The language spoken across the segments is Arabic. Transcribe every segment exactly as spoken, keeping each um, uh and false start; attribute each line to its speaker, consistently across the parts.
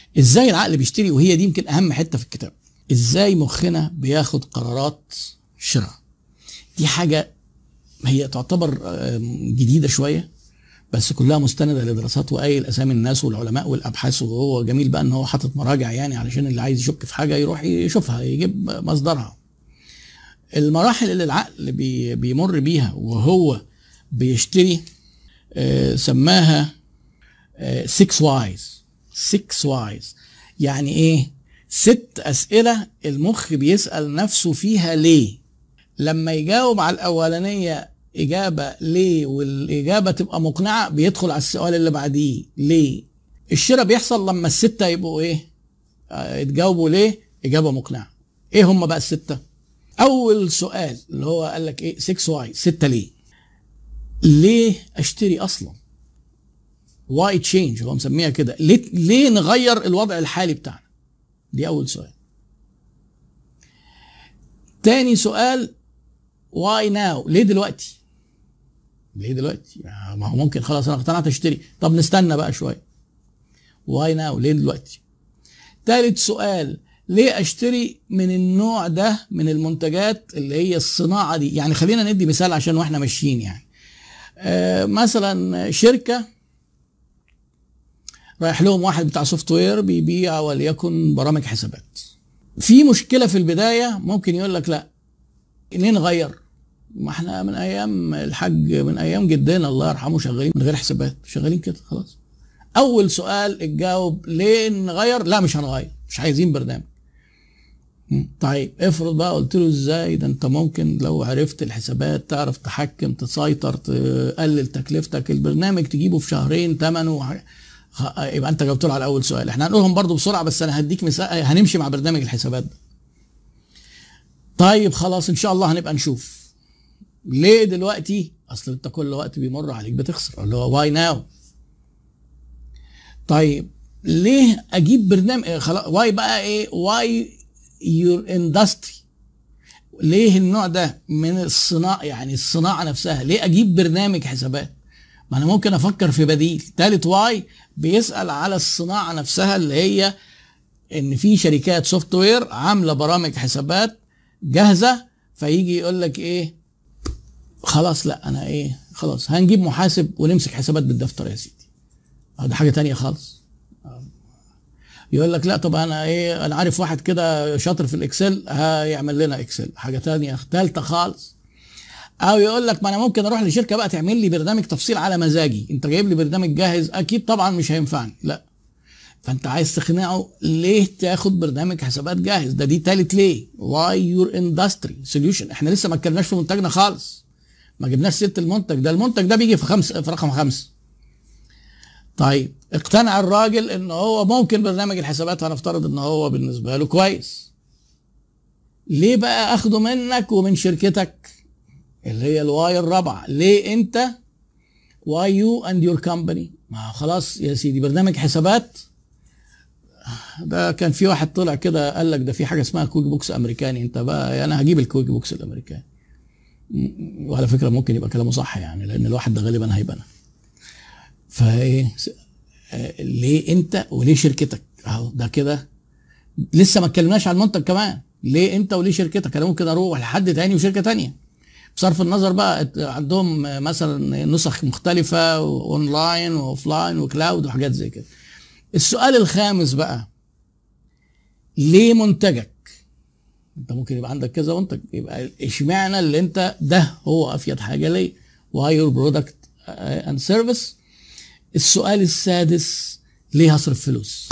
Speaker 1: ازاي العقل بيشتري، وهي دي يمكن اهم حته في الكتاب. ازاي مخنا بياخد قرارات شراء. دي حاجه هي تعتبر جديده شويه، بس كلها مستنده لدراسات وقايل اسامي الناس والعلماء والابحاث، وهو جميل بقى ان هو حاطط مراجع يعني علشان اللي عايز يشك في حاجه يروح يشوفها يجيب مصدرها. المراحل اللي العقل بي بيمر بيها وهو بيشتري آه سماها ستة وايز. ستة وايز يعني ايه؟ ست اسئله المخ بيسال نفسه فيها ليه. لما يجاوب على الاولانيه اجابه ليه والاجابه تبقى مقنعه، بيدخل على السؤال اللي بعديه ليه. الشراء بيحصل لما السته يبقوا ايه؟ يتجاوبوا ليه اجابه مقنعه. ايه هم بقى السته؟ اول سؤال اللي هو قال لك ايه؟ ستة واي، ستة ليه. ليه اشتري اصلا؟ واي تشينج هو مسميها كده. ليه ليه نغير الوضع الحالي بتاعنا؟ دي اول سؤال. تاني سؤال واي ناو، ليه دلوقتي؟ ليه دلوقتي؟ ما هو ممكن خلاص انا اقتنعت اشتري، طب نستنى بقى شويه. واي ناو، ليه دلوقتي؟ تالت سؤال ليه اشتري من النوع ده من المنتجات اللي هي الصناعه دي؟ يعني خلينا ندي مثال عشان واحنا ماشيين يعني. آه مثلا شركه رايح لهم واحد بتاع سوفت وير بيبيع وليكن برامج حسابات. في مشكله في البدايه ممكن يقول لك لا، ليه نغير؟ ما احنا من ايام الحاج، من ايام جدنا الله يرحمه شغالين من غير حسابات، شغالين كده خلاص. اول سؤال اتجاوب ليه نغير؟ لا مش هنغير، مش عايزين برنامج. طيب افرض بقى قلت له ازاي؟ ده انت ممكن لو عرفت الحسابات تعرف تحكم، تسيطر، تقلل تكلفتك، البرنامج تجيبه في شهرين ثمنه. يبقى انت جاوبت له على اول سؤال. احنا هنقولهم برضو بسرعه بس انا هديك مثال، هنمشي مع برنامج الحسابات ده. طيب خلاص ان شاء الله هنبقى نشوف. ليه دلوقتي؟ اصل انت كل وقت بيمر عليك بتخسر، اللي هو واي ناو. طيب ليه اجيب برنامج؟ خلاص واي بقى ايه؟ واي يور اندستري، ليه النوع ده من الصناعه، يعني الصناعه نفسها، ليه اجيب برنامج حسابات؟ ما انا ممكن افكر في بديل. تالت واي بيسال على الصناعه نفسها، اللي هي ان في شركات سوفت وير عامله برامج حسابات جاهزه، فيجي يقول لك ايه؟ خلاص لا انا ايه، خلاص هنجيب محاسب ونمسك حسابات بالدفتر يا سيدي. ده حاجه تانية خالص. يقول لك لا طب انا ايه، انا عارف واحد كده شاطر في الاكسل هيعمل لنا اكسل، حاجه تانية ثالثه خالص. او يقول لك ما انا ممكن اروح لشركه بقى تعمل لي برنامج تفصيل على مزاجي، انت جايب لي برنامج جاهز اكيد طبعا مش هينفعني، لا. فانت عايز تقنعه ليه تاخد برنامج حسابات جاهز. ده دي تالت ليه، واي يور اندستري سوليوشن. احنا لسه ما اتكلمناش في منتجنا خالص، ما جبناش سيره المنتج ده، المنتج ده بيجي في خمس في رقم خمسه. طيب اقتنع الراجل ان هو ممكن برنامج الحسابات هنفترض ان هو بالنسبه له كويس. ليه بقى اخده منك ومن شركتك اللي هي الواي الرابعه؟ ليه انت واي يو اند يور كومباني؟ ما خلاص يا سيدي برنامج حسابات ده كان في واحد طلع كده قال لك ده في حاجه اسمها كويك بوكس امريكاني، انت بقى انا هجيب الكويك بوكس الامريكاني. وعلى فكره ممكن يبقى كلامه صح يعني، لان الواحد ده غالبا هيبقى انا. فايه ليه انت وليه شركتك؟ اهو ده كده لسه ما اتكلمناش عن المنتج كمان. ليه انت وليه شركتك؟ انا ممكن اروح لحد تاني وشركه تانيه، بصرف النظر بقى عندهم مثلا نسخ مختلفه اونلاين واوفلاين وكلاود وحاجات زي كده. السؤال الخامس بقى ليه منتجك؟ انت ممكن يبقى عندك كذا منتج، يبقى اشمعنى اللي انت ده هو افيد حاجه ليه؟ why your product and service. السؤال السادس ليه هصرف فلوس؟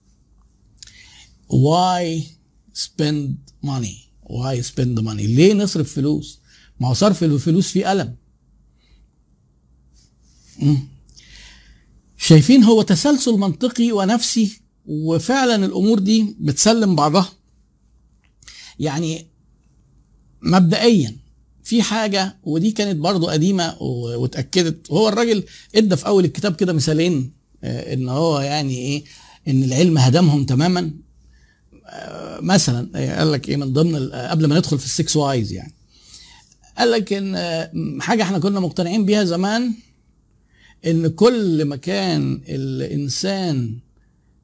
Speaker 1: why spend money why spend money ليه نصرف فلوس؟ ما هو صرف الفلوس فيه ألم. شايفين هو تسلسل منطقي ونفسي، وفعلا الامور دي بتسلم بعضها. يعني مبدئيا في حاجه ودي كانت برضو قديمه واتاكدت، وهو الراجل ادى في اول الكتاب كده مثالين ان هو يعني ايه، ان العلم هدمهم تماما. مثلا قال لك ايه من ضمن قبل ما ندخل في السكس وايز، يعني قال لك ان حاجه احنا كنا مقتنعين بيها زمان، ان كل ما كان الانسان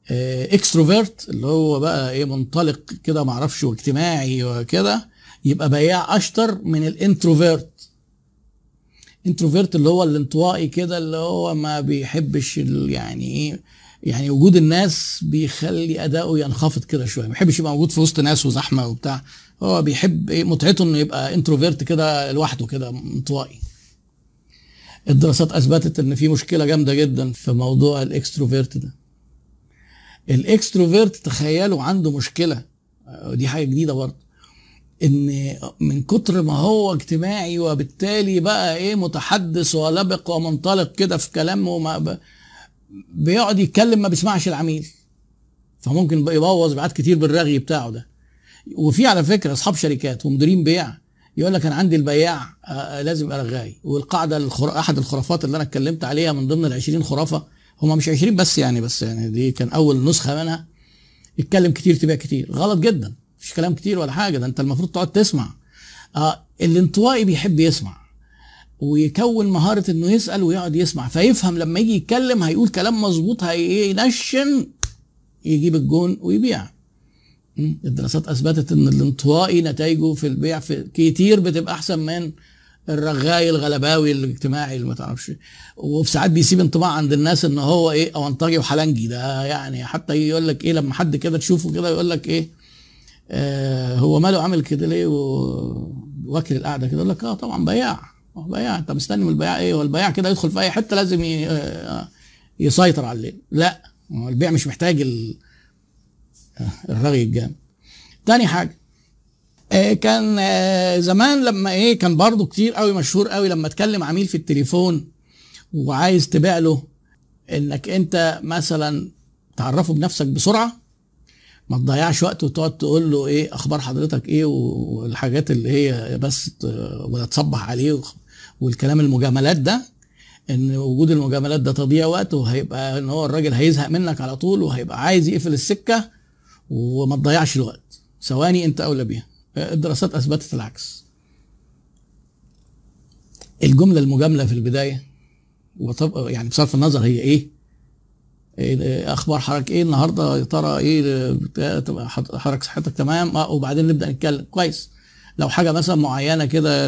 Speaker 1: اكستروفيرت اللي هو بقى ايه منطلق كده معرفش واجتماعي وكده، يبقى بياع اشطر من الانتروفيرت. انتروفيرت اللي هو الانطوائي كده، اللي هو ما بيحبش يعني ايه، يعني وجود الناس بيخلي اداؤه ينخفض كده شويه، ما بيحبش يبقى موجود في وسط ناس وزحمه وبتاع، هو بيحب ايه متعته انه يبقى انتروفيرت كده لوحده كده انطوائي. الدراسات اثبتت ان في مشكله جامده جدا في موضوع الاكستروفيرت ده. الاكستروفيرت تخيلوا عنده مشكله، دي حاجه جديده برضه، ان من كتر ما هو اجتماعي وبالتالي بقى ايه متحدث ولبق ومنطلق كده في كلامه، ما بيقعد يتكلم ما بيسمعش العميل، فممكن يبوظ مبيعات كتير بالرغي بتاعه ده. وفي على فكره اصحاب شركات ومديرين بيع يقول لك انا عندي البياع آه لازم يبقى رغاي. والقاعده الخر... احد الخرافات اللي انا اتكلمت عليها من ضمن ال عشرين خرافه، هم مش عشرين بس يعني، بس يعني دي كان اول نسخه منها، اتكلم كتير تبيع كتير. غلط جدا، مفيش كلام كتير ولا حاجه، ده انت المفروض تقعد تسمع. آه الانطوائي بيحب يسمع ويكون مهاره انه يسال ويقعد يسمع، فيفهم لما يجي يتكلم هيقول كلام مظبوط، هينشن يجيب الجون ويبيع. الدراسات اثبتت ان الانطوائي نتائجه في البيع في كتير بتبقى احسن من الرغاي الغلباوي الاجتماعي اللي ما تعرفش، وفي ساعات بيسيب انطباع عند الناس ان هو ايه اونطاجي وحلنجي ده، يعني حتى يقول لك ايه لما حد كده تشوفه كده يقول لك ايه آه هو ماله عامل كده ليه وواكل القعده كده، يقول لك اه طبعا بياع. بياع انت مستني من البياع ايه؟ والبياع كده يدخل في اي حته لازم يسيطر على الليل. لا، البيع مش محتاج الرغي الجامد. تاني حاجه آه كان آه زمان لما ايه كان برضو كتير قوي مشهور قوي لما تكلم عميل في التليفون وعايز تبيع له، انك انت مثلا تعرفه بنفسك بسرعه، ما تضيعش وقت وتقعد تقول له ايه اخبار حضرتك ايه والحاجات اللي هي بس ولا تصبح عليه والكلام المجاملات ده، ان وجود المجاملات ده تضييع وقت، وهيبقى ان هو الراجل هيزهق منك على طول وهيبقى عايز يقفل السكه، وما تضيعش الوقت، ثواني انت اولى بيها. الدراسات اثبتت العكس. الجمله المجامله في البدايه وطب يعني بصرف النظر هي ايه, إيه اخبار حضرتك ايه النهارده يا ترى ايه حضرتك صحتك تمام اه وبعدين نبدا نتكلم كويس. لو حاجه مثلا معينه كده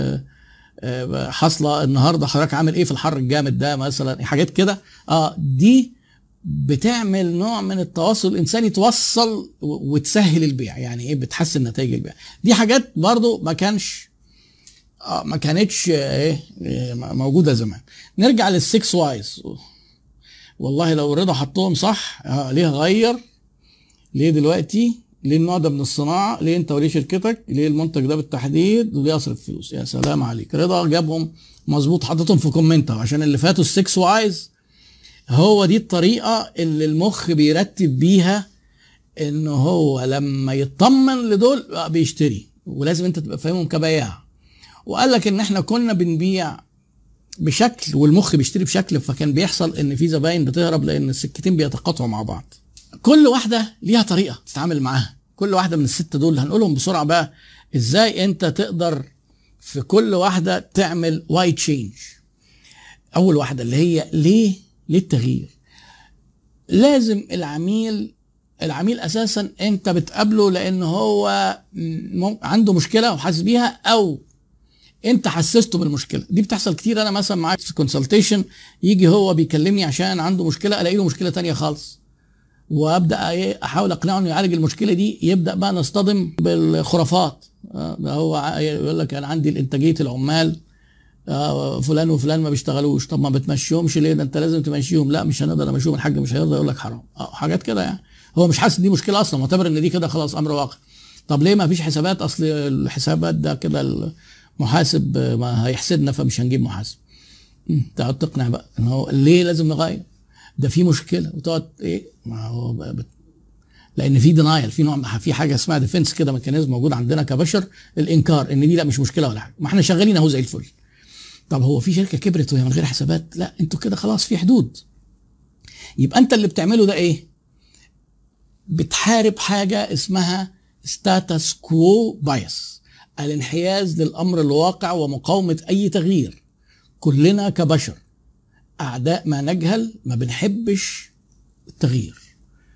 Speaker 1: حاصله النهارده حضرتك عامل ايه في الحر الجامد ده مثلا، حاجات كده اه دي بتعمل نوع من التواصل الانساني، توصل وتسهل البيع، يعني ايه بتحسن نتائج البيع. دي حاجات برضو ما كانش آه ما كانتش ايه موجوده زمان. نرجع للسكس وايز، والله لو رضا حطهم صح آه ليه غير، ليه دلوقتي، ليه النوع ده من الصناعه، ليه انت وليه شركتك، ليه المنتج ده بالتحديد، وليه اصرف فلوس. يا سلام عليك، رضا جابهم مظبوط، حطيتهم في كومنت عشان اللي فاتوا السكس وايز. هو دي الطريقه اللي المخ بيرتب بيها ان هو لما يطمن لدول بيشتري، ولازم انت تبقى فاهمهم كبياع. وقال لك ان احنا كنا بنبيع بشكل والمخ بيشتري بشكل، فكان بيحصل ان في زباين بتهرب لان السكتين بيتقاطعوا مع بعض. كل واحده ليها طريقه تتعامل معاها، كل واحده من الست دول هنقولهم بسرعه بقى ازاي انت تقدر في كل واحده تعمل واي تشينج. اول واحده اللي هي ليه ليه التغيير. لازم العميل العميل اساسا انت بتقابله لان هو عنده مشكله وحاسس بيها، او انت حسسته بالمشكله دي. بتحصل كتير، انا مثلا معاك في كونسلتيشن يجي هو بيكلمني عشان عنده مشكله، الاقي له مشكله تانية خالص، وابدا احاول اقنعه انه يعالج المشكله دي، يبدا بقى نصطدم بالخرافات. ده هو يقول لك انا عندي الانتاجيه العمال فلان وفلان ما بيشتغلوش، طب ما بتمشيهمش ليه؟ ده انت لازم تمشيهم. لا مش هنقدر امشيهم، الحاج مش هيرضى، يقول لك حرام. حاجات كده يعني، هو مش حاسس دي مشكله اصلا، معتبر ان دي كده خلاص امر واقع. طب ليه ما فيش حسابات؟ اصل الحسابات ده كده المحاسب ما هيحسدنا فمش هنجيب محاسب. تقعد تقنع بقى ان هو ليه لازم نغير، ده في مشكله، وتقعد ايه ما هو بت... لان في دينايل، في نوع في حاجه اسمها ديفنس كده، ميكانيزم موجود عندنا كبشر، الانكار ان دي لا مش مشكله ولا حاجه، ما احنا شغالين اهو زي الفل. طب هو في شركه كبرت وهي من غير حسابات؟ لا انتوا كده خلاص في حدود. يبقى انت اللي بتعمله ده ايه؟ بتحارب حاجه اسمها ستاتس كوو بايس، الانحياز للامر الواقع ومقاومه اي تغيير. كلنا كبشر اعداء ما نجهل، ما بنحبش التغيير.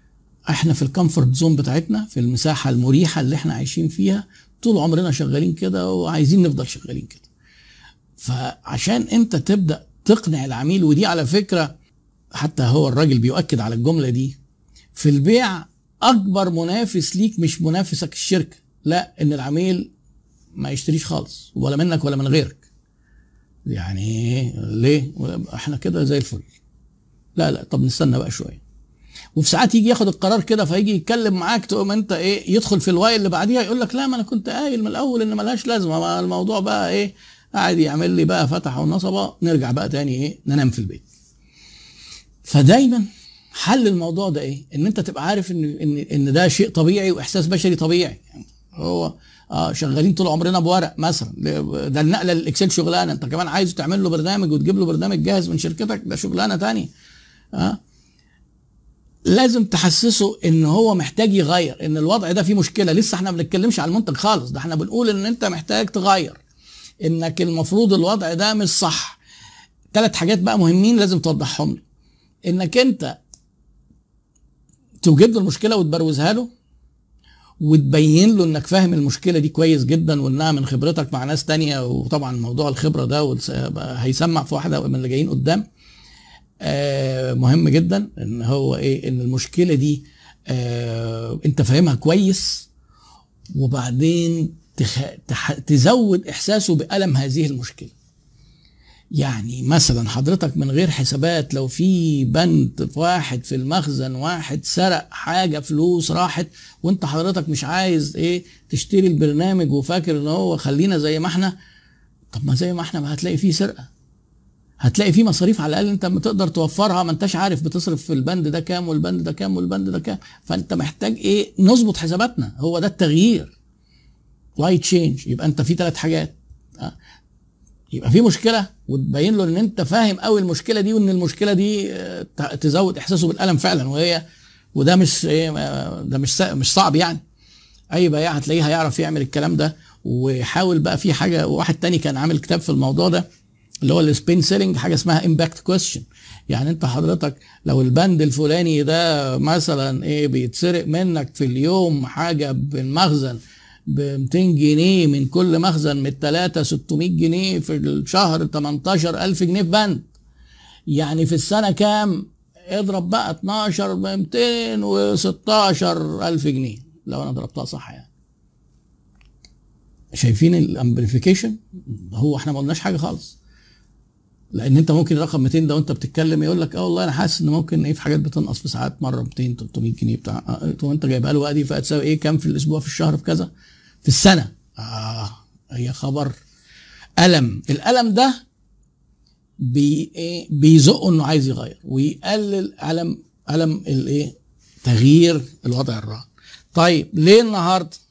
Speaker 1: احنا في الكومفورت زون بتاعتنا، في المساحه المريحه اللي احنا عايشين فيها طول عمرنا شغالين كده وعايزين نفضل شغالين كده. فعشان انت تبدا تقنع العميل، ودي على فكره حتى هو الراجل بيؤكد على الجمله دي في البيع، اكبر منافس ليك مش منافسك الشركه، لا، ان العميل ما يشتريش خالص ولا منك ولا من غيرك. يعني ليه؟ احنا كده زي الفل. لا لا طب نستنى بقى شويه. وفي ساعات يجي ياخد القرار كده فيجي يتكلم معاك، تقوم انت ايه يدخل في الواي اللي بعديها يقول لك لا ما انا كنت قايل من الاول ان ملهاش لازمه، ما الموضوع بقى ايه قاعد يعمل لي بقى فتح ونصبه، نرجع بقى تاني ايه ننام في البيت. فدايما حل الموضوع ده ايه؟ ان انت تبقى عارف ان ان ان ده شيء طبيعي واحساس بشري طبيعي. يعني هو اه شغالين طول عمرنا بورق مثلا، ده النقله للاكسل شغلانه، انت كمان عايز تعمل له برنامج وتجيب له برنامج جاهز من شركتك، ده شغلانه ثانيه. اه لازم تحسسه ان هو محتاج يغير، ان الوضع ده فيه مشكله، لسه احنا ما بنتكلمش على المنتج خالص، ده احنا بنقول ان انت محتاج تغير، انك المفروض الوضع ده مش صح. ثلاث حاجات بقى مهمين لازم توضحهم له، انك انت توجد له المشكله وتبروزها له وتبين له انك فاهم المشكله دي كويس جدا وانها من خبرتك مع ناس تانية، وطبعا موضوع الخبره ده هيسمع في واحده من اللي جايين قدام. آه مهم جدا ان هو ايه ان المشكله دي آه انت فاهمها كويس، وبعدين تخ... تح... تزود احساسه بألم هذه المشكله. يعني مثلا حضرتك من غير حسابات لو في بند واحد في المخزن واحد سرق حاجه فلوس راحت، وانت حضرتك مش عايز ايه تشتري البرنامج وفاكر ان هو خلينا زي ما احنا، طب ما زي ما احنا ما هتلاقي فيه سرقه، هتلاقي فيه مصاريف على الاقل انت بتقدر توفرها، ما انتش عارف بتصرف في البند ده كام والبند ده كام والبند ده كام. فانت محتاج ايه نظبط حساباتنا، هو ده التغيير، لاي تشينج. يبقى انت في ثلاث حاجات، يبقى في مشكله وتبين له ان انت فاهم قوي المشكله دي، وان المشكله دي تزود احساسه بالالم فعلا، وهي وده مش ايه ده مش مش صعب يعني، اي بياع هتلاقيه هيعرف يعمل الكلام ده. ويحاول بقى في حاجه، واحد تاني كان عامل كتاب في الموضوع ده اللي هو السبين سيلينج، حاجه اسمها امباكت كويستشن. يعني انت حضرتك لو البند الفلاني ده مثلا ايه بيتسرق منك في اليوم حاجه بالمخزن ب مئتين جنيه، من كل مخزن من الثلاثه ستمائة جنيه، في الشهر تمنتاشر ألف جنيه في بند، يعني في السنه كام؟ اضرب بقى اتناشر ب مئتين وستاشر ألف جنيه لو انا ضربتها صح. يعني شايفين الامبليفيكيشن؟ هو احنا ما قلناش حاجه خالص، لان انت ممكن الرقم مئتين ده وانت بتتكلم يقول لك اه والله انا حاسس ان ممكن ايه في حاجات بتنقص في ساعات مره مئتين تلتمية جنيه بتاع اه وانت جايبها له بقى دي فتساوي ايه كام في الاسبوع في الشهر في كذا في السنه. اه هي خبر الم. الالم ده بي ايه بيزقه انه عايز يغير ويقلل الم الم الايه تغيير الوضع الراهن. طيب ليه النهارده